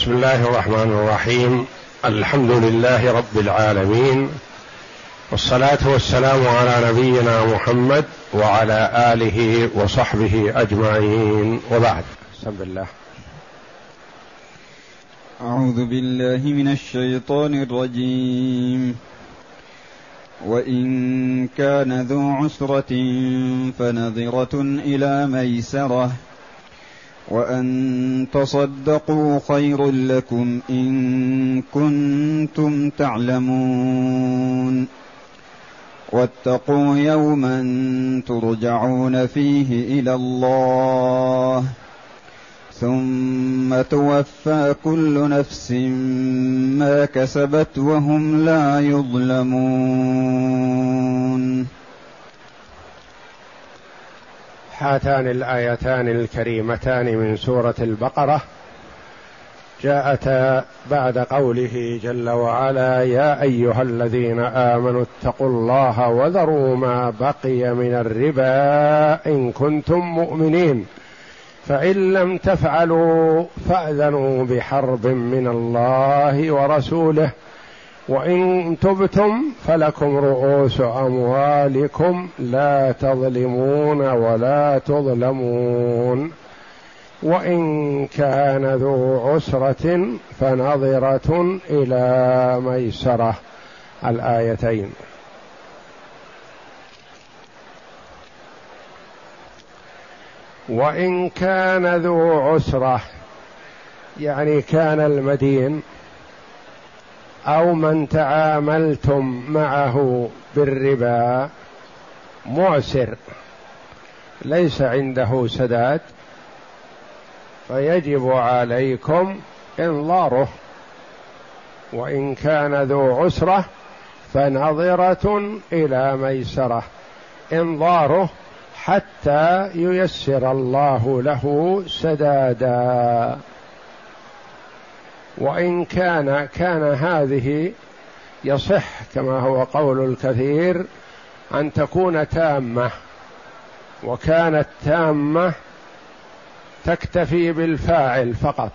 بسم الله الرحمن الرحيم. الحمد لله رب العالمين، والصلاة والسلام على نبينا محمد وعلى آله وصحبه أجمعين، وبعد. بسم الله. أعوذ بالله من الشيطان الرجيم. وإن كان ذو عسرة فنظرة إلى ميسرة وأن تصدقوا خير لكم إن كنتم تعلمون. واتقوا يوما ترجعون فيه إلى الله ثم توفى كل نفس ما كسبت وهم لا يظلمون. هاتان الآيتان الكريمتان من سورة البقرة جاءتا بعد قوله جل وعلا: يا أيها الذين آمنوا اتقوا الله وذروا ما بقي من الربا إن كنتم مؤمنين فإن لم تفعلوا فأذنوا بحرب من الله ورسوله وإن تبتم فلكم رؤوس أموالكم لا تظلمون ولا تظلمون. وإن كان ذو عسرة فنظرة إلى ميسرة. الآيتين. وإن كان ذو عسرة يعني كان المدين أو من تعاملتم معه بالربا معسر ليس عنده سداد، فيجب عليكم إنظاره. وإن كان ذو عسرة فنظرة إلى ميسرة، إنظاره حتى ييسر الله له سدادا. وإن كان هذه يصح كما هو قول الكثير أن تكون تامة، وكانت تامة تكتفي بالفاعل فقط،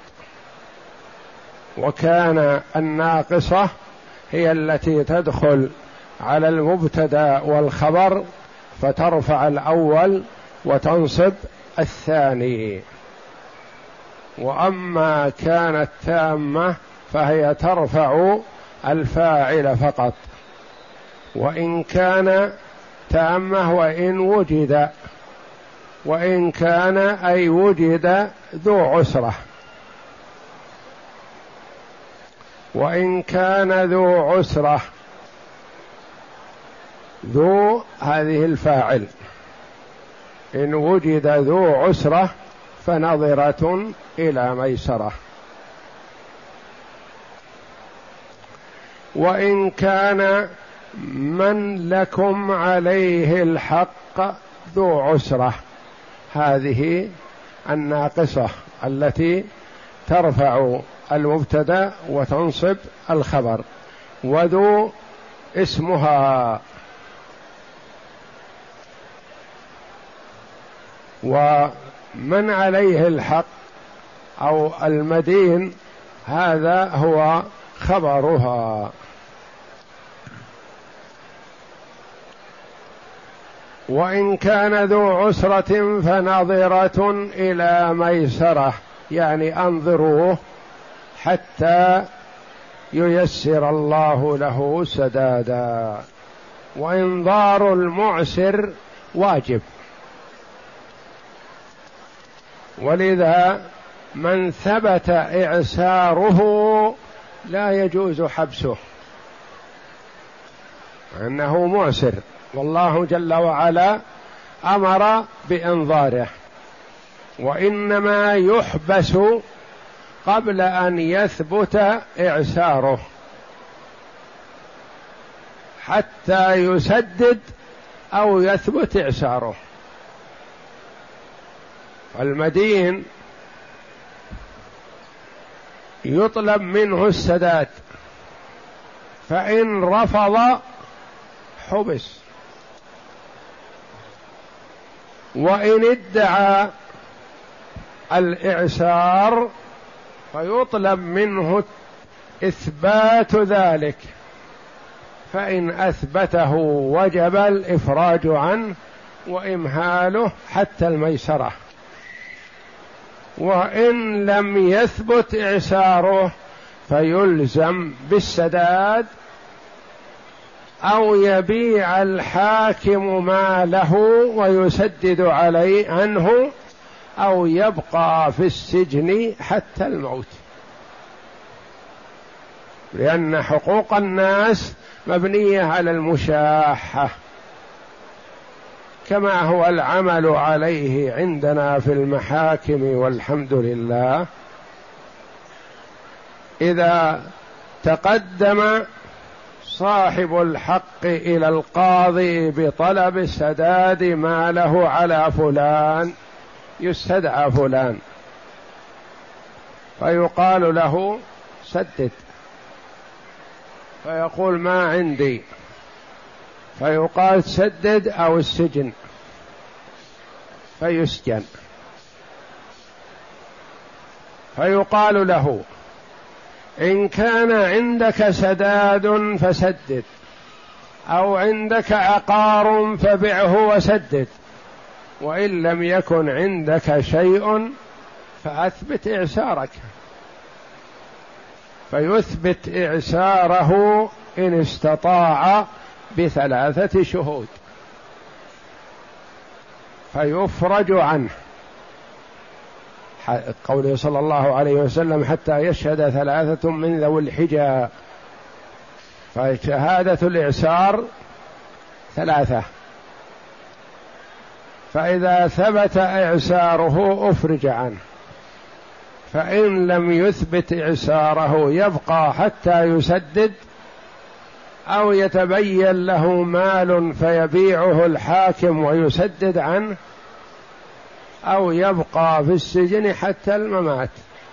وكان الناقصة هي التي تدخل على المبتدأ والخبر فترفع الأول وتنصب الثاني. وأما كانت تامة فهي ترفع الفاعل فقط. وإن كان تامة وإن كان أي وجد ذو عسرة. وإن كان ذو عسرة، ذو هذه الفاعل، إن وجد ذو عسرة فنظرة إلى ميسرة. وإن كان من لكم عليه الحق ذو عسرة، هذه الناقصة التي ترفع المبتدأ وتنصب الخبر، وذو اسمها. ومن عليه الحق أو المدين هذا هو خبرها. وإن كان ذو عسرة فنظرة إلى ميسرة، يعني أنظروه حتى ييسر الله له سدادا. وإنظار المعسر واجب، ولذا من ثبت إعساره لا يجوز حبسه، إنه معسر، والله جل وعلا أمر بإنظاره. وإنما يحبس قبل أن يثبت إعساره حتى يسدد أو يثبت إعساره. المدين يطلب منه السداد، فإن رفض حبس، وإن ادعى الإعسار فيطلب منه إثبات ذلك، فإن أثبته وجب الإفراج عنه وإمهاله حتى الميسرة، وإن لم يثبت إعساره فيلزم بالسداد، أو يبيع الحاكم ماله ويسدد عليه عنه، أو يبقى في السجن حتى الموت، لأن حقوق الناس مبنية على المشاحة كما هو العمل عليه عندنا في المحاكم، والحمد لله. إذا تقدم صاحب الحق إلى القاضي بطلب سداد ما له على فلان، يستدعى فلان فيقال له سدد، فيقول ما عندي، فيقال سدد أو السجن، فيسجن. فيقال له إن كان عندك سداد فسدد، أو عندك عقار فبعه وسدد، وإن لم يكن عندك شيء فأثبت إعسارك، فيثبت إعساره إن استطاع ب3 شهود، فيفرج عنه. قوله صلى الله عليه وسلم حتى يشهد 3 من ذوي الحجى، فشهادة الإعسار 3، فإذا ثبت إعساره أفرج عنه، فإن لم يثبت إعساره يبقى حتى يسدد، أو يتبين له مال فيبيعه الحاكم ويسدد عنه، أو يبقى في السجن حتى الممات،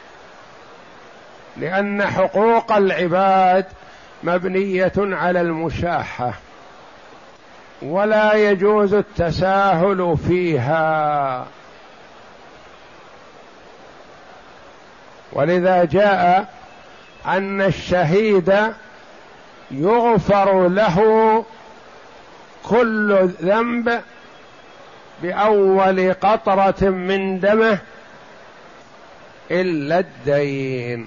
لأن حقوق العباد مبنية على المشاحة، ولا يجوز التساهل فيها. ولذا جاء أن الشهيد يغفر له كل ذنب بأول قطرة من دمه إلا الدين،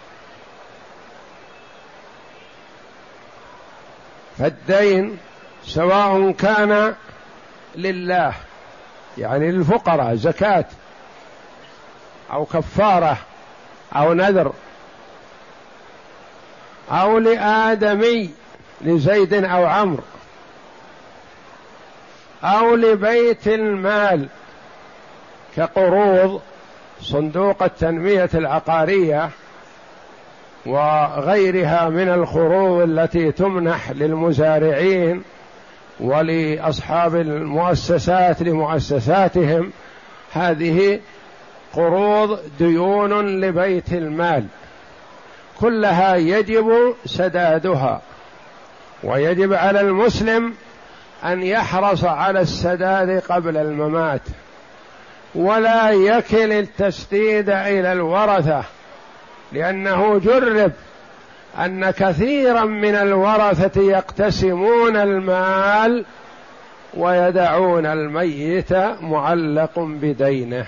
فالدين سواء كان لله يعني للفقراء زكاة أو كفارة أو نذر، أو لآدمي لزيد أو عمرو، أو لبيت المال كقروض صندوق التنمية العقارية وغيرها من القروض التي تمنح للمزارعين ولأصحاب المؤسسات لمؤسساتهم، هذه قروض ديون لبيت المال، كلها يجب سدادها، ويجب على المسلم أن يحرص على السداد قبل الممات، ولا يكل التسديد إلى الورثة، لأنه جرب أن كثيرا من الورثة يقتسمون المال ويدعون الميت معلق بدينه،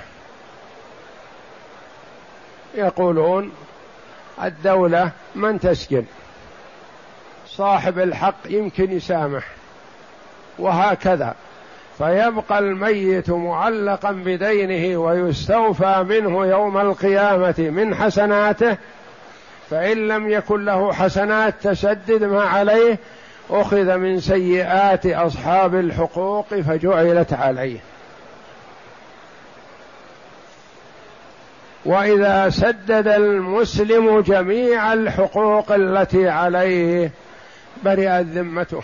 يقولون الدولة من تسجن، صاحب الحق يمكن يسامح، وهكذا، فيبقى الميت معلقا بدينه ويستوفى منه يوم القيامة من حسناته، فإن لم يكن له حسنات تسدد ما عليه أخذ من سيئات أصحاب الحقوق فجعلت عليه. وإذا سدد المسلم جميع الحقوق التي عليه برئت ذمته.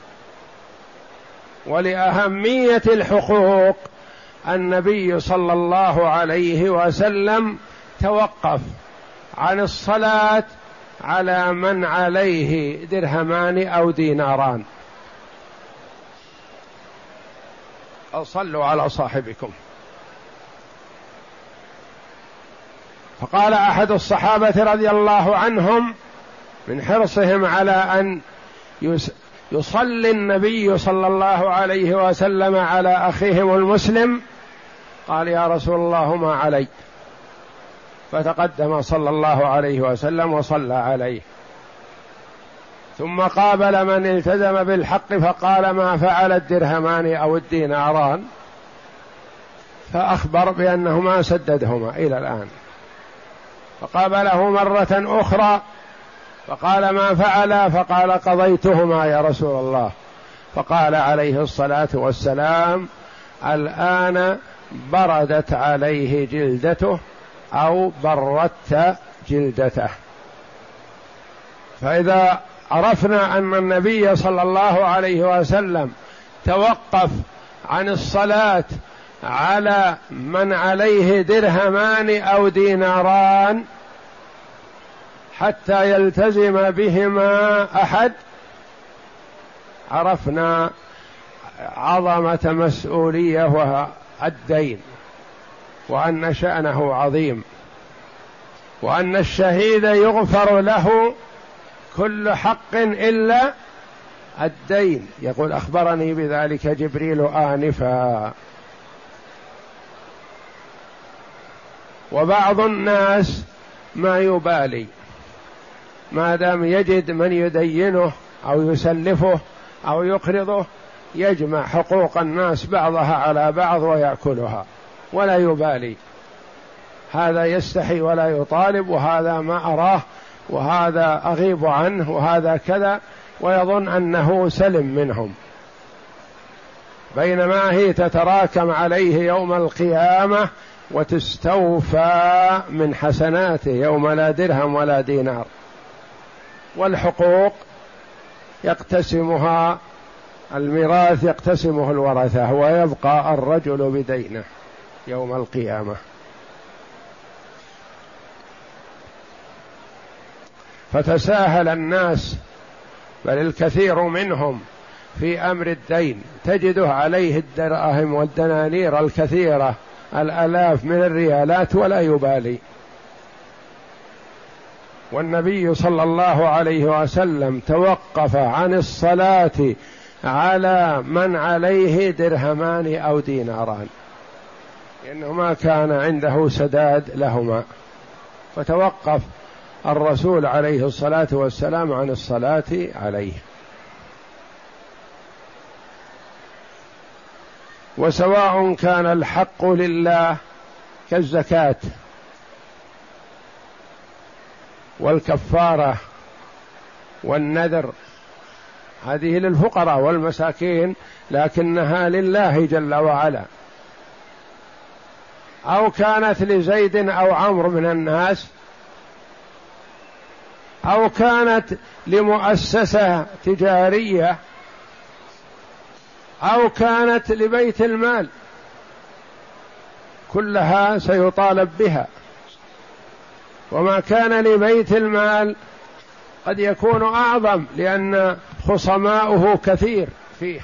ولأهمية الحقوق النبي صلى الله عليه وسلم توقف عن الصلاة على من عليه درهمان أو ديناران. صلوا على صاحبكم. فقال أحد الصحابة رضي الله عنهم من حرصهم على أن يصلي النبي صلى الله عليه وسلم على أخيهم المسلم، قال يا رسول الله ما علي، فتقدم صلى الله عليه وسلم وصلى عليه. ثم قابل من التزم بالحق فقال ما فعل الدرهمان أو الديناران، فأخبر بأنه ما سددهما إلى الآن. فقابله مرة أخرى فقال ما فعل، فقال قضيتهما يا رسول الله. فقال عليه الصلاة والسلام الآن بردت عليه جلدته أو بردت جلدته. فإذا عرفنا أن النبي صلى الله عليه وسلم توقف عن الصلاة على من عليه درهمان أو ديناران حتى يلتزم بهما أحد، عرفنا عظمة مسؤولية الدين، وأن شأنه عظيم، وأن الشهيد يغفر له كل حق إلا الدين. يقول أخبرني بذلك جبريل آنفا. وبعض الناس ما يبالي ما دام يجد من يدينه أو يسلفه أو يقرضه، يجمع حقوق الناس بعضها على بعض ويأكلها ولا يبالي، هذا يستحي ولا يطالب، وهذا ما أراه، وهذا أغيب عنه، وهذا كذا، ويظن أنه سلم منهم، بينما هي تتراكم عليه يوم القيامة وتستوفى من حسناته يوم لا درهم ولا دينار. والحقوق يقتسمها الميراث، يقتسمه الورثة، ويبقى الرجل بدينه يوم القيامة. فتساهل الناس، بل الكثير منهم في أمر الدين تجده عليه الدراهم والدنانير الكثيرة، الآلاف من الريالات، ولا يبالي. والنبي صلى الله عليه وسلم توقف عن الصلاة على من عليه درهمان أو ديناران، لأنه ما كان عنده سداد لهما، فتوقف الرسول عليه الصلاة والسلام عن الصلاة عليه. وسواء كان الحق لله كالزكاة والكفارة والنذر، هذه للفقراء والمساكين لكنها لله جل وعلا، أو كانت لزيد أو عمرو من الناس، أو كانت لمؤسسة تجارية، أو كانت لبيت المال، كلها سيطالب بها. وما كان لبيت المال قد يكون أعظم لأن خصماؤه كثير فيه.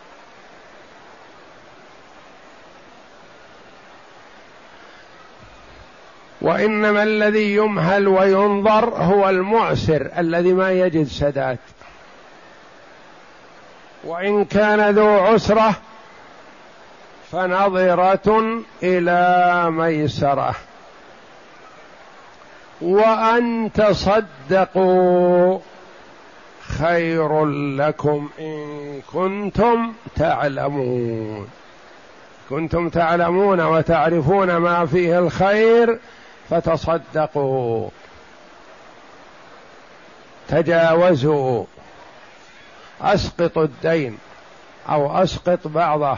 وإنما الذي يمهل وينظر هو المعسر الذي ما يجد سداد، وإن كان ذو عسرة فنظرة إلى ميسرة، وأن تصدقوا خير لكم إن كنتم تعلمون. كنتم تعلمون وتعرفون ما فيه الخير فتصدقوا، تجاوزوا، أسقطوا الدين أو أسقط بعضه،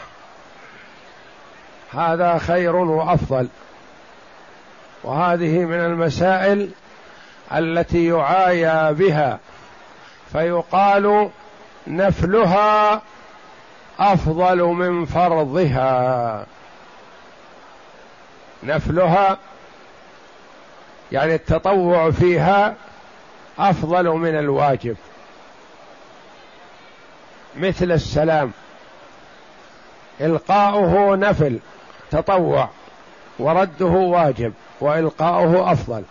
هذا خير وأفضل. وهذه من المسائل التي يعايا بها، فيقال نفلها أفضل من فرضها. نفلها يعني التطوع فيها أفضل من الواجب، مثل السلام، إلقاؤه نفل تطوع ورده واجب وإلقاؤه أفضل.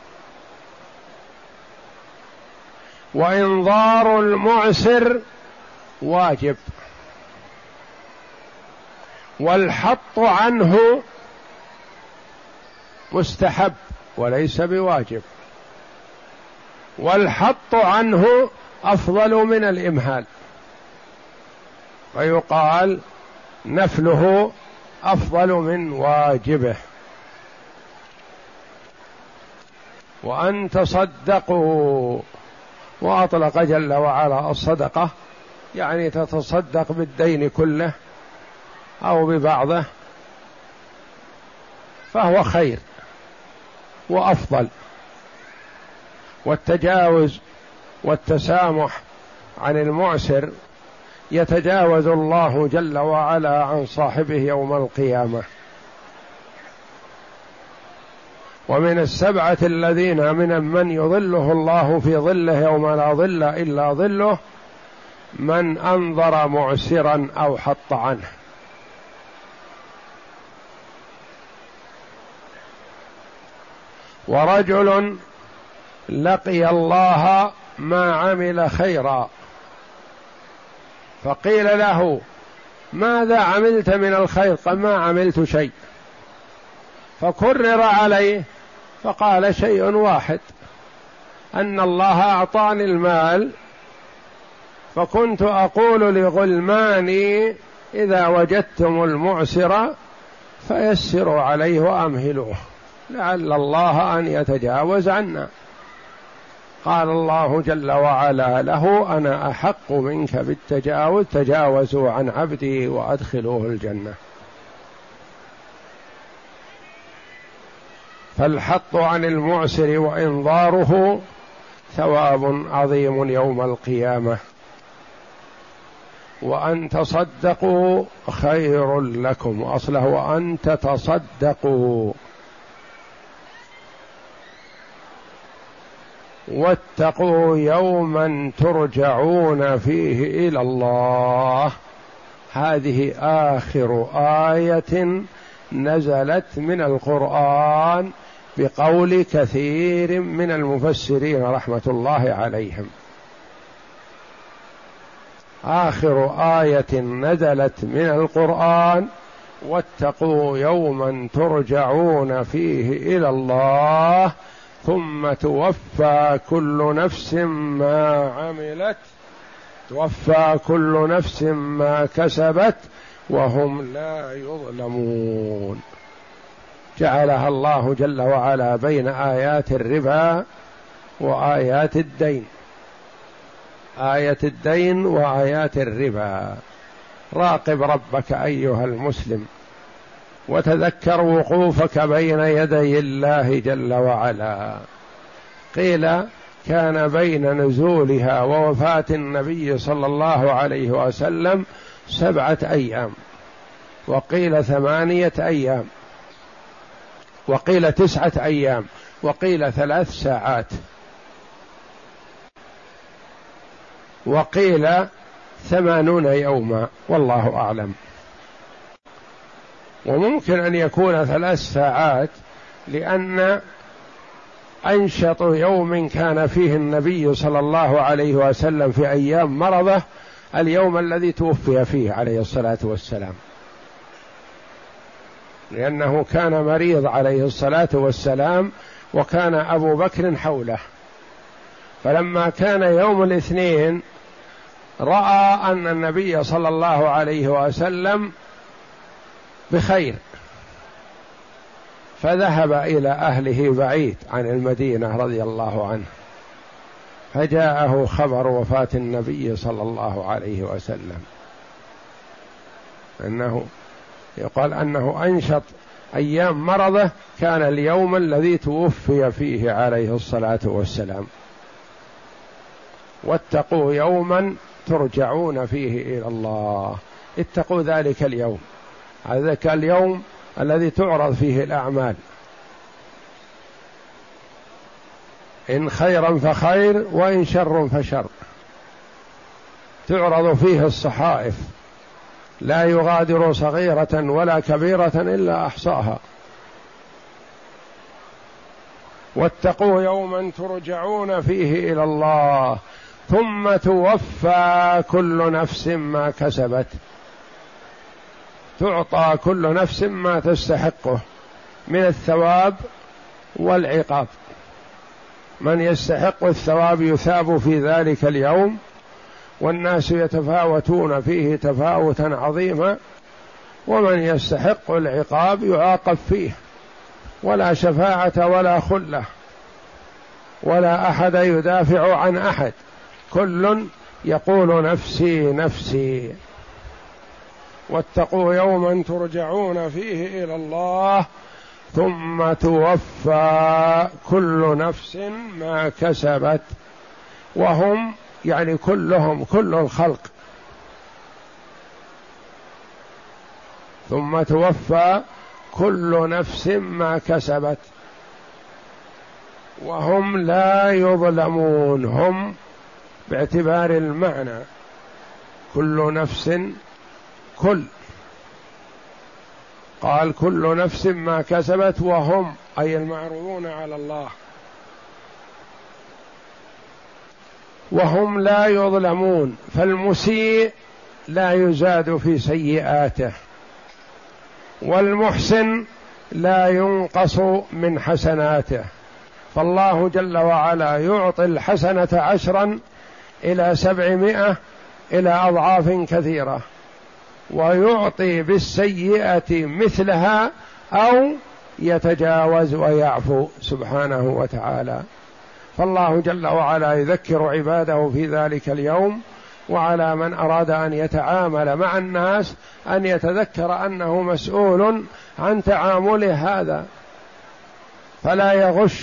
وإنظار المعسر واجب، والحط عنه مستحب وليس بواجب، والحط عنه أفضل من الإمهال، ويقال نفله أفضل من واجبه. وأن تصدقوا، وأطلق جل وعلا الصدقة يعني تتصدق بالدين كله أو ببعضه، فهو خير وأفضل. والتجاوز والتسامح عن المعسر يتجاوز الله جل وعلا عن صاحبه يوم القيامة. ومن السبعة الذين من يظله الله في ظله يوم لا ظل إلا ظله من أنظر معسرا أو حط عنه. ورجل لقي الله ما عمل خيرا فقيل له ماذا عملت من الخير؟ قال ما عملت شيء، فكرر عليه فقال شيء واحد، أن الله أعطاني المال فكنت أقول لغلماني إذا وجدتم المعسر فيسروا عليه وأمهلوه لعل الله أن يتجاوز عنا. قال الله جل وعلا له أنا أحق منك بالتجاوز، تجاوزوا عن عبدي وأدخلوه الجنة. فالحط عن المعسر وإنظاره ثواب عظيم يوم القيامة. وأن تصدقوا خير لكم، أصله وأن تتصدقوا. واتقوا يوما ترجعون فيه إلى الله. هذه آخر آية نزلت من القرآن بقول كثير من المفسرين رحمة الله عليهم. آخر آية نزلت من القرآن واتقوا يوما ترجعون فيه إلى الله ثم توفى كل نفس ما عملت، توفى كل نفس ما كسبت وهم لا يظلمون. جعلها الله جل وعلا بين آيات الربا وآيات الدين، آية الدين وآيات الربا. راقب ربك أيها المسلم وتذكر وقوفك بين يدي الله جل وعلا. قيل كان بين نزولها ووفاة النبي صلى الله عليه وسلم 7 أيام، وقيل 8 أيام، وقيل 9 أيام، وقيل 3 ساعات، وقيل 80 يوما، والله أعلم. وممكن أن يكون 3 ساعات لأن أنشط يوم كان فيه النبي صلى الله عليه وسلم في أيام مرضه اليوم الذي توفي فيه عليه الصلاة والسلام، لأنه كان مريض عليه الصلاة والسلام وكان أبو بكر حوله، فلما كان يوم الاثنين رأى أن النبي صلى الله عليه وسلم بخير فذهب إلى أهله بعيد عن المدينة رضي الله عنه، فجاءه خبر وفاة النبي صلى الله عليه وسلم، أنه يقال أنه أنشط أيام مرضه كان اليوم الذي توفي فيه عليه الصلاة والسلام. واتقوا يوما ترجعون فيه إلى الله، اتقوا ذلك اليوم، ذلك اليوم الذي تعرض فيه الأعمال، إن خيرا فخير وإن شر فشر، تعرض فيه الصحائف لا يغادر صغيرة ولا كبيرة إلا أحصاها، واتقوا يوما ترجعون فيه إلى الله ثم توفى كل نفس ما كسبت، تعطى كل نفس ما تستحقه من الثواب والعقاب. من يستحق الثواب يثاب في ذلك اليوم، والناس يتفاوتون فيه تفاوتا عظيما، ومن يستحق العقاب يعاقب فيه، ولا شفاعة ولا خلة ولا أحد يدافع عن أحد، كل يقول نفسي نفسي. واتقوا يوما ترجعون فيه إلى الله ثم توفى كل نفس ما كسبت، وهم يعني كلهم، كل الخلق. ثم توفى كل نفس ما كسبت وهم لا يظلمون. هم باعتبار المعنى، كل نفس، كل، قال كل نفس ما كسبت وهم أي المعروضون على الله، وهم لا يظلمون. فالمسيء لا يزاد في سيئاته، والمحسن لا ينقص من حسناته. فالله جل وعلا يعطي الحسنة 10 إلى 700 إلى أضعاف كثيرة، ويعطي بالسيئة مثلها أو يتجاوز ويعفو سبحانه وتعالى. فالله جل وعلا يذكر عباده في ذلك اليوم، وعلى من أراد أن يتعامل مع الناس أن يتذكر أنه مسؤول عن تعامله هذا، فلا يغش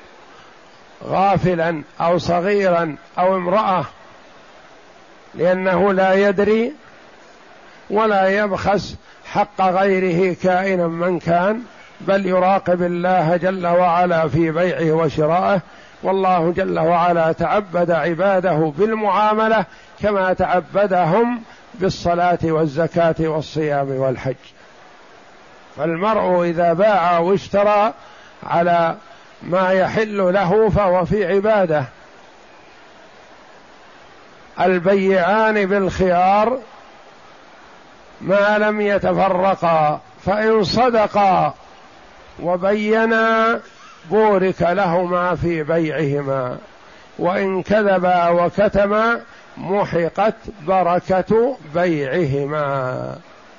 غافلا أو صغيرا أو امرأة، لأنه لا يدري، ولا يبخس حق غيره كائنا من كان، بل يراقب الله جل وعلا في بيعه وشرائه. والله جل وعلا تعبد عباده بالمعاملة كما تعبدهم بالصلاة والزكاة والصيام والحج. فالمرء إذا باع واشترى على ما يحل له فهو في عبادة. البيعان بالخيار ما لم يتفرقا، فإن صدقا وبينا بورك لهما في بيعهما، وإن كذبا وكتما محقت بركة بيعهما.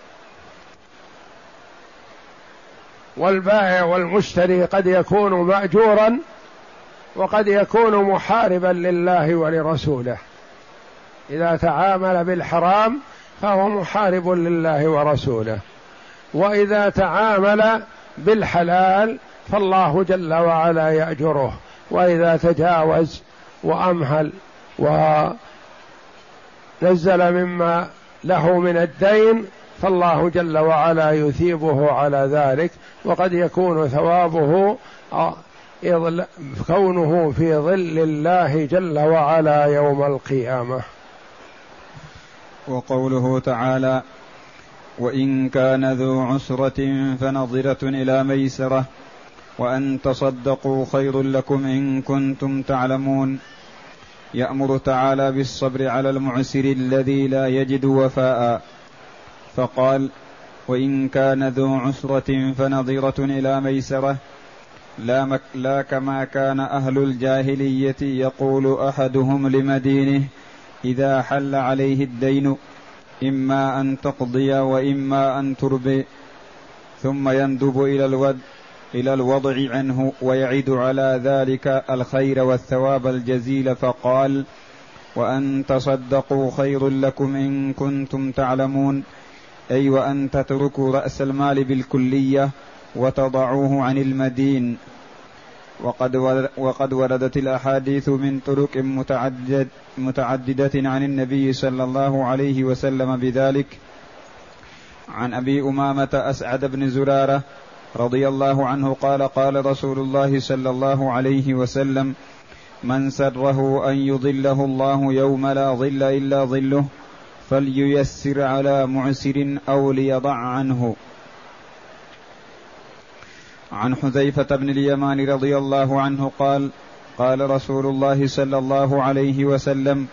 والبائع والمشتري قد يكون مأجورا، وقد يكون محاربا لله ولرسوله. إذا تعامل بالحرام فهو محارب لله ورسوله، وإذا تعامل بالحلال فالله جل وعلا يأجره، وإذا تجاوز وأمهل ونزل مما له من الدين فالله جل وعلا يثيبه على ذلك. وقد يكون ثوابه كونه في ظل الله جل وعلا يوم القيامة. وقوله تعالى: وإن كان ذو عسرة فنظرة إلى ميسرة وأن تصدقوا خير لكم إن كنتم تعلمون. يأمر تعالى بالصبر على المعسر الذي لا يجد وفاء، فقال: وإن كان ذو عسرة فنظرة إلى ميسرة، لا كما كان أهل الجاهلية يقول أحدهم لمدينه إذا حل عليه الدين إما أن تقضي وإما أن تربي، ثم يندب إلى الوضع عنه ويعد على ذلك الخير والثواب الجزيل، فقال: وأن تصدقوا خير لكم إن كنتم تعلمون، أي وأن تتركوا رأس المال بالكلية وتضعوه عن المدين. وقد وردت الأحاديث من طرق متعددة عن النبي صلى الله عليه وسلم بذلك. عن أبي أمامة أسعد بن زرارة رضي الله عنه قال: قال رسول الله صلى الله عليه وسلم: من سره أن يظله الله يوم لا ظل إلا ظله فلييسر على معسر أو ليضع عنه. عن حذيفة بن اليمان رضي الله عنه قال قال رسول الله صلى الله عليه وسلم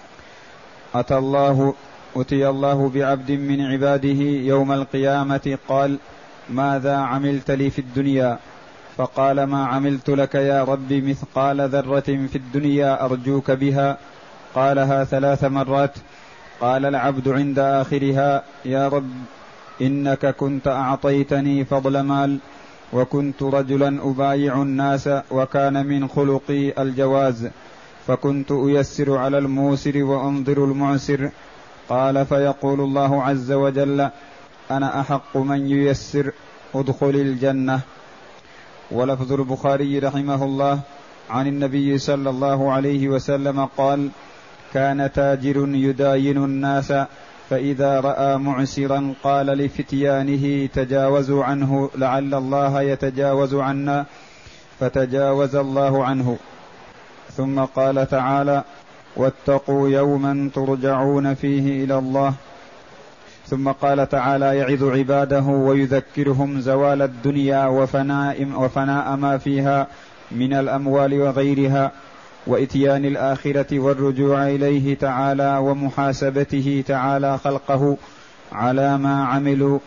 أتي الله بعبد من عباده يوم القيامة قال ماذا عملت لي في الدنيا؟ فقال ما عملت لك يا رب مثقال ذرة في الدنيا أرجوك بها. قالها 3 مرات. قال العبد عند آخرها يا رب إنك كنت أعطيتني فضل مال وكنت رجلا أبايع الناس وكان من خلقي الجواز فكنت أيسر على الموسر وأنظر المعسر. قال فيقول الله عز وجل أنا أحق من ييسر ادخل الجنة. ولفظ البخاري رحمه الله عن النبي صلى الله عليه وسلم قال كان تاجر يداين الناس فإذا رأى معسرا قال لفتيانه تجاوزوا عنه لعل الله يتجاوز عنا فتجاوز الله عنه. ثم قال تعالى واتقوا يوما ترجعون فيه إلى الله. ثم قال تعالى يعظ عباده ويذكرهم زوال الدنيا وفناء ما فيها من الأموال وغيرها وإتيان الآخرة والرجوع إليه تعالى ومحاسبته تعالى خلقه على ما عملوا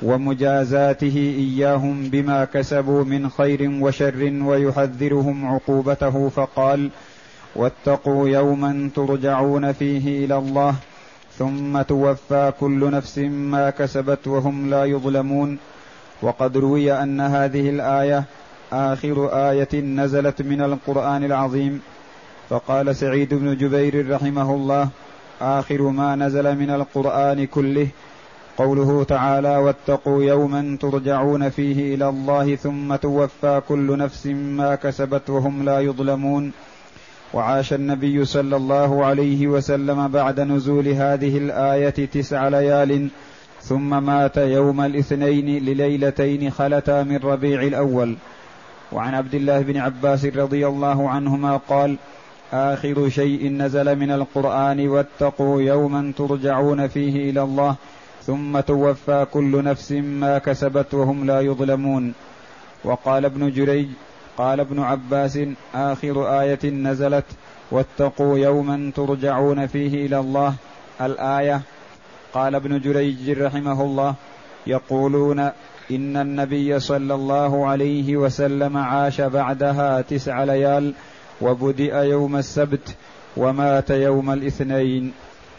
ومجازاته إياهم بما كسبوا من خير وشر ويحذرهم عقوبته فقال واتقوا يوما ترجعون فيه إلى الله ثم توفى كل نفس ما كسبت وهم لا يظلمون. وقد روي أن هذه الآية آخر آية نزلت من القرآن العظيم. فقال سعيد بن جبير رحمه الله آخر ما نزل من القرآن كله قوله تعالى واتقوا يوما ترجعون فيه إلى الله ثم توفى كل نفس ما كسبت وهم لا يظلمون. وعاش النبي صلى الله عليه وسلم بعد نزول هذه الآية 9 ليال ثم مات يوم الاثنين لليلتين خلتا من ربيع الأول. وعن عبد الله بن عباس رضي الله عنهما قال آخر شيء نزل من القرآن واتقوا يوما ترجعون فيه إلى الله ثم توفى كل نفس ما كسبت وهم لا يظلمون. وقال ابن جريج قال ابن عباس آخر آية نزلت واتقوا يوما ترجعون فيه إلى الله الآية. قال ابن جريج رحمه الله يقولون إن النبي صلى الله عليه وسلم عاش بعدها 9 ليال وبدأ يوم السبت ومات يوم الاثنين.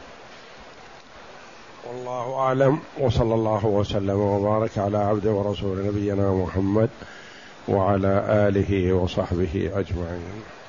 والله أعلم وصلى الله وسلم وبارك على عبده ورسول نبينا محمد وعلى آله وصحبه أجمعين.